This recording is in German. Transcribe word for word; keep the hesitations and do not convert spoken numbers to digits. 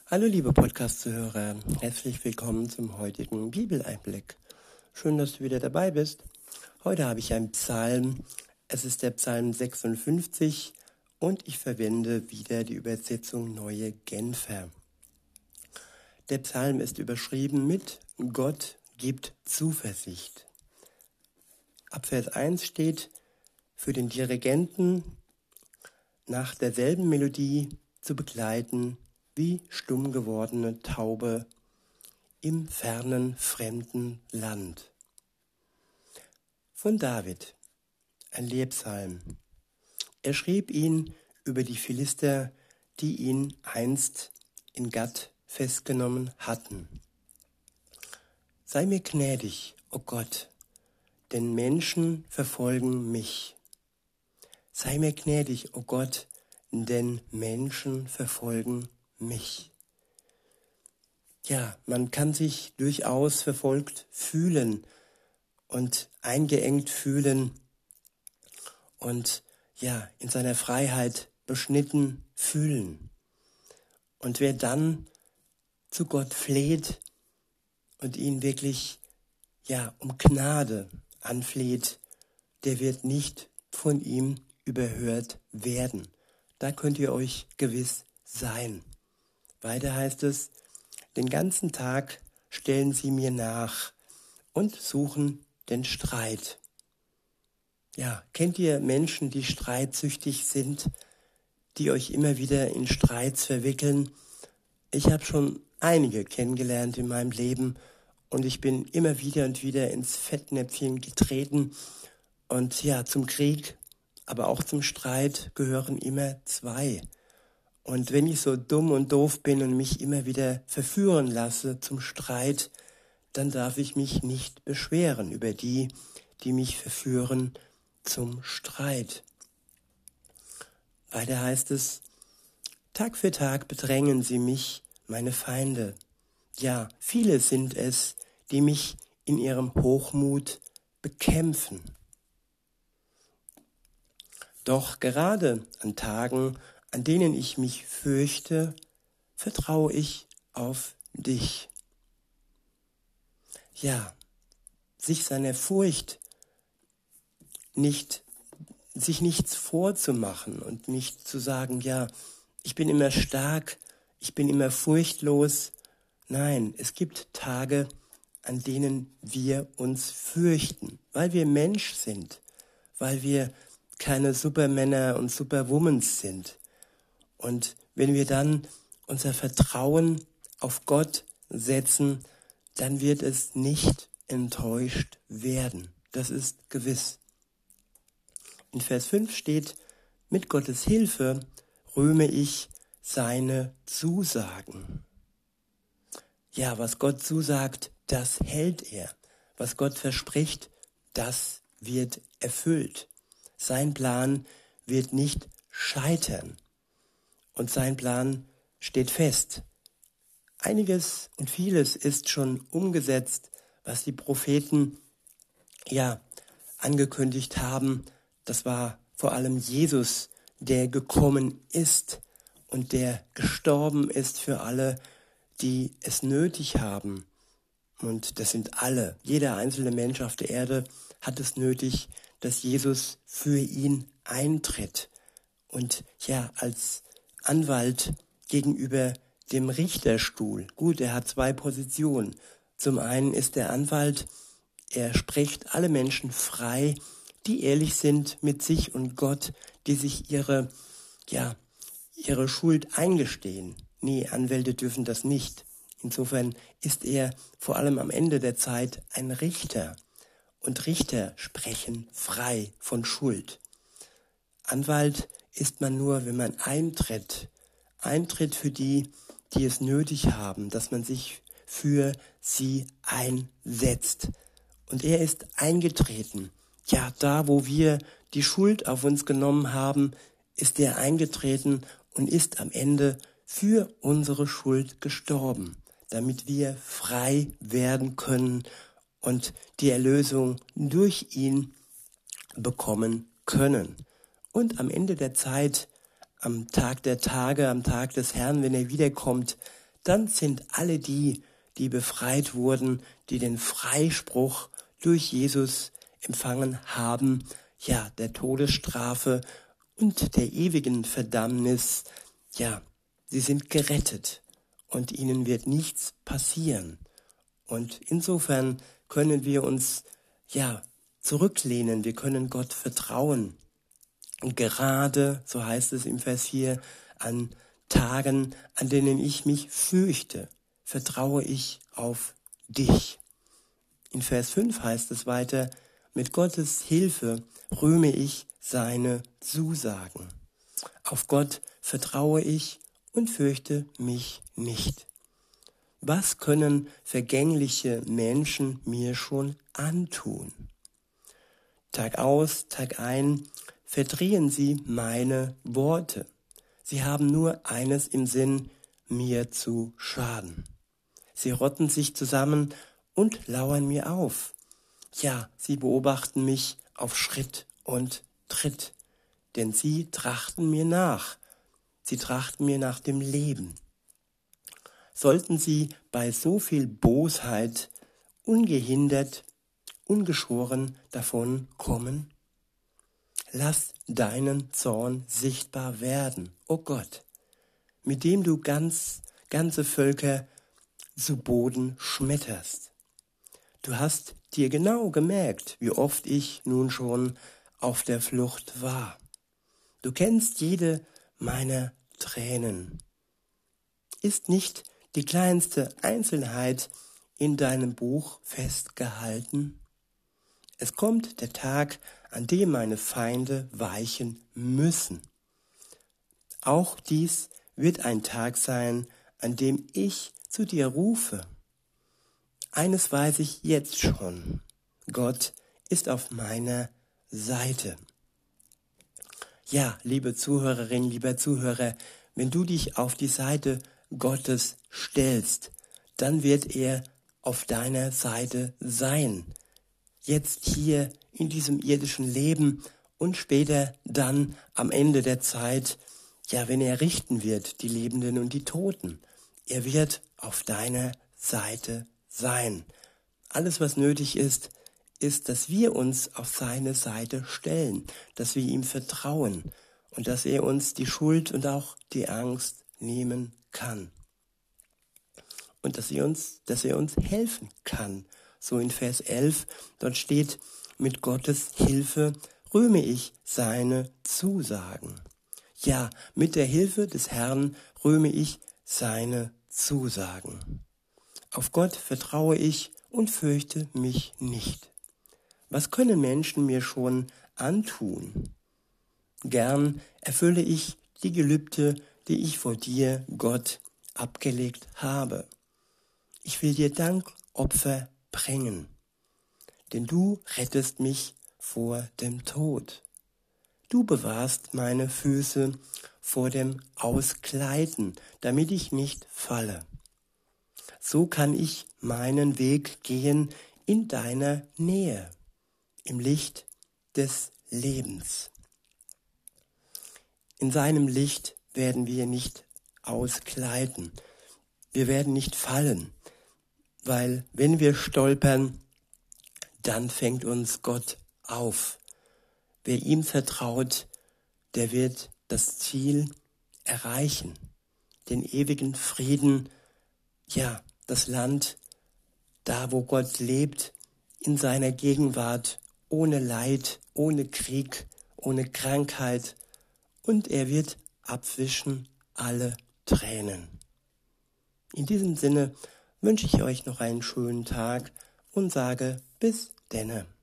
Hallo liebe Podcast-Zuhörer, herzlich willkommen zum heutigen Bibeleinblick. Schön, dass du wieder dabei bist. Heute habe ich einen Psalm, es ist der Psalm sechsundfünfzig und ich verwende wieder die Übersetzung Neue Genfer. Der Psalm ist überschrieben mit Gott gibt Zuversicht. Ab Vers eins steht, für den Dirigenten nach derselben Melodie zu begleiten, wie stumm gewordene Taube im fernen, fremden Land. Von David, ein Lehrpsalm. Er schrieb ihn über die Philister, die ihn einst in Gat festgenommen hatten. Sei mir gnädig, o Gott, denn Menschen verfolgen mich. Sei mir gnädig, o Gott, denn Menschen verfolgen mich. mich. Ja, man kann sich durchaus verfolgt fühlen und eingeengt fühlen und ja, in seiner Freiheit beschnitten fühlen. Und wer dann zu Gott fleht und ihn wirklich ja, um Gnade anfleht, der wird nicht von ihm überhört werden. Da könnt ihr euch gewiss sein. Weiter heißt es, den ganzen Tag stellen sie mir nach und suchen den Streit. Ja, kennt ihr Menschen, die streitsüchtig sind, die euch immer wieder in Streits verwickeln? Ich habe schon einige kennengelernt in meinem Leben und ich bin immer wieder und wieder ins Fettnäpfchen getreten. Und ja, zum Krieg, aber auch zum Streit gehören immer zwei. Und wenn ich so dumm und doof bin und mich immer wieder verführen lasse zum Streit, dann darf ich mich nicht beschweren über die, die mich verführen zum Streit. Weiter heißt es, Tag für Tag bedrängen sie mich, meine Feinde. Ja, viele sind es, die mich in ihrem Hochmut bekämpfen. Doch gerade an Tagen, an denen ich mich fürchte, vertraue ich auf dich. Ja, sich seiner Furcht nicht, sich nichts vorzumachen und nicht zu sagen, ja, ich bin immer stark, ich bin immer furchtlos. Nein, es gibt Tage, an denen wir uns fürchten, weil wir Mensch sind, weil wir keine Supermänner und Superwomans sind. Und wenn wir dann unser Vertrauen auf Gott setzen, dann wird es nicht enttäuscht werden. Das ist gewiss. In Vers fünf steht, mit Gottes Hilfe rühme ich seine Zusagen. Ja, was Gott zusagt, das hält er. Was Gott verspricht, das wird erfüllt. Sein Plan wird nicht scheitern. Und sein Plan steht fest. Einiges und vieles ist schon umgesetzt, was die Propheten ja angekündigt haben. Das war vor allem Jesus, der gekommen ist und der gestorben ist für alle, die es nötig haben. Und das sind alle. Jeder einzelne Mensch auf der Erde hat es nötig, dass Jesus für ihn eintritt. Und ja, als Anwalt gegenüber dem Richterstuhl. Gut, er hat zwei Positionen. Zum einen ist der Anwalt, er spricht alle Menschen frei, die ehrlich sind mit sich und Gott, die sich ihre, ja, ihre Schuld eingestehen. Nee, Anwälte dürfen das nicht. Insofern ist er vor allem am Ende der Zeit ein Richter. Und Richter sprechen frei von Schuld. Anwalt ist man nur, wenn man eintritt. Eintritt für die, die es nötig haben, dass man sich für sie einsetzt. Und er ist eingetreten. Ja, da, wo wir die Schuld auf uns genommen haben, ist er eingetreten und ist am Ende für unsere Schuld gestorben, damit wir frei werden können und die Erlösung durch ihn bekommen können. Und am Ende der Zeit, am Tag der Tage, am Tag des Herrn, wenn er wiederkommt, dann sind alle die, die befreit wurden, die den Freispruch durch Jesus empfangen haben, ja, der Todesstrafe und der ewigen Verdammnis, ja, sie sind gerettet und ihnen wird nichts passieren. Und insofern können wir uns, ja, zurücklehnen, wir können Gott vertrauen. Und gerade, so heißt es im Vers vier, an Tagen, an denen ich mich fürchte, vertraue ich auf dich. In Vers fünf heißt es weiter, mit Gottes Hilfe rühme ich seine Zusagen. Auf Gott vertraue ich und fürchte mich nicht. Was können vergängliche Menschen mir schon antun? Tag aus, Tag ein verdrehen sie meine Worte. Sie haben nur eines im Sinn, mir zu schaden. Sie rotten sich zusammen und lauern mir auf. Ja, sie beobachten mich auf Schritt und Tritt, denn sie trachten mir nach. Sie trachten mir nach dem Leben. Sollten sie bei so viel Bosheit ungehindert, ungeschoren davon kommen? Lass deinen Zorn sichtbar werden, o Gott, mit dem du ganz, ganze Völker zu Boden schmetterst. Du hast dir genau gemerkt, wie oft ich nun schon auf der Flucht war. Du kennst jede meiner Tränen. Ist nicht die kleinste Einzelheit in deinem Buch festgehalten? Es kommt der Tag, an dem meine Feinde weichen müssen. Auch dies wird ein Tag sein, an dem ich zu dir rufe. Eines weiß ich jetzt schon, Gott ist auf meiner Seite. Ja, liebe Zuhörerin, lieber Zuhörer, wenn du dich auf die Seite Gottes stellst, dann wird er auf deiner Seite sein. Jetzt hier in diesem irdischen Leben und später dann am Ende der Zeit, ja, wenn er richten wird, die Lebenden und die Toten. Er wird auf deiner Seite sein. Alles, was nötig ist, ist, dass wir uns auf seine Seite stellen, dass wir ihm vertrauen und dass er uns die Schuld und auch die Angst nehmen kann. Und dass er uns, dass er uns helfen kann. So in Vers elf, dort steht, mit Gottes Hilfe rühme ich seine Zusagen. Ja, mit der Hilfe des Herrn rühme ich seine Zusagen. Auf Gott vertraue ich und fürchte mich nicht. Was können Menschen mir schon antun? Gern erfülle ich die Gelübde, die ich vor dir, Gott, abgelegt habe. Ich will dir Dankopfer bringen, denn du rettest mich vor dem Tod. Du bewahrst meine Füße vor dem Ausgleiten, damit ich nicht falle. So kann ich meinen Weg gehen in deiner Nähe, im Licht des Lebens. In seinem Licht werden wir nicht ausgleiten. Wir werden nicht fallen, weil wenn wir stolpern, dann fängt uns Gott auf. Wer ihm vertraut, der wird das Ziel erreichen, den ewigen Frieden, ja, das Land, da wo Gott lebt, in seiner Gegenwart, ohne Leid, ohne Krieg, ohne Krankheit, und er wird abwischen alle Tränen. In diesem Sinne wünsche ich euch noch einen schönen Tag und sage bis denne.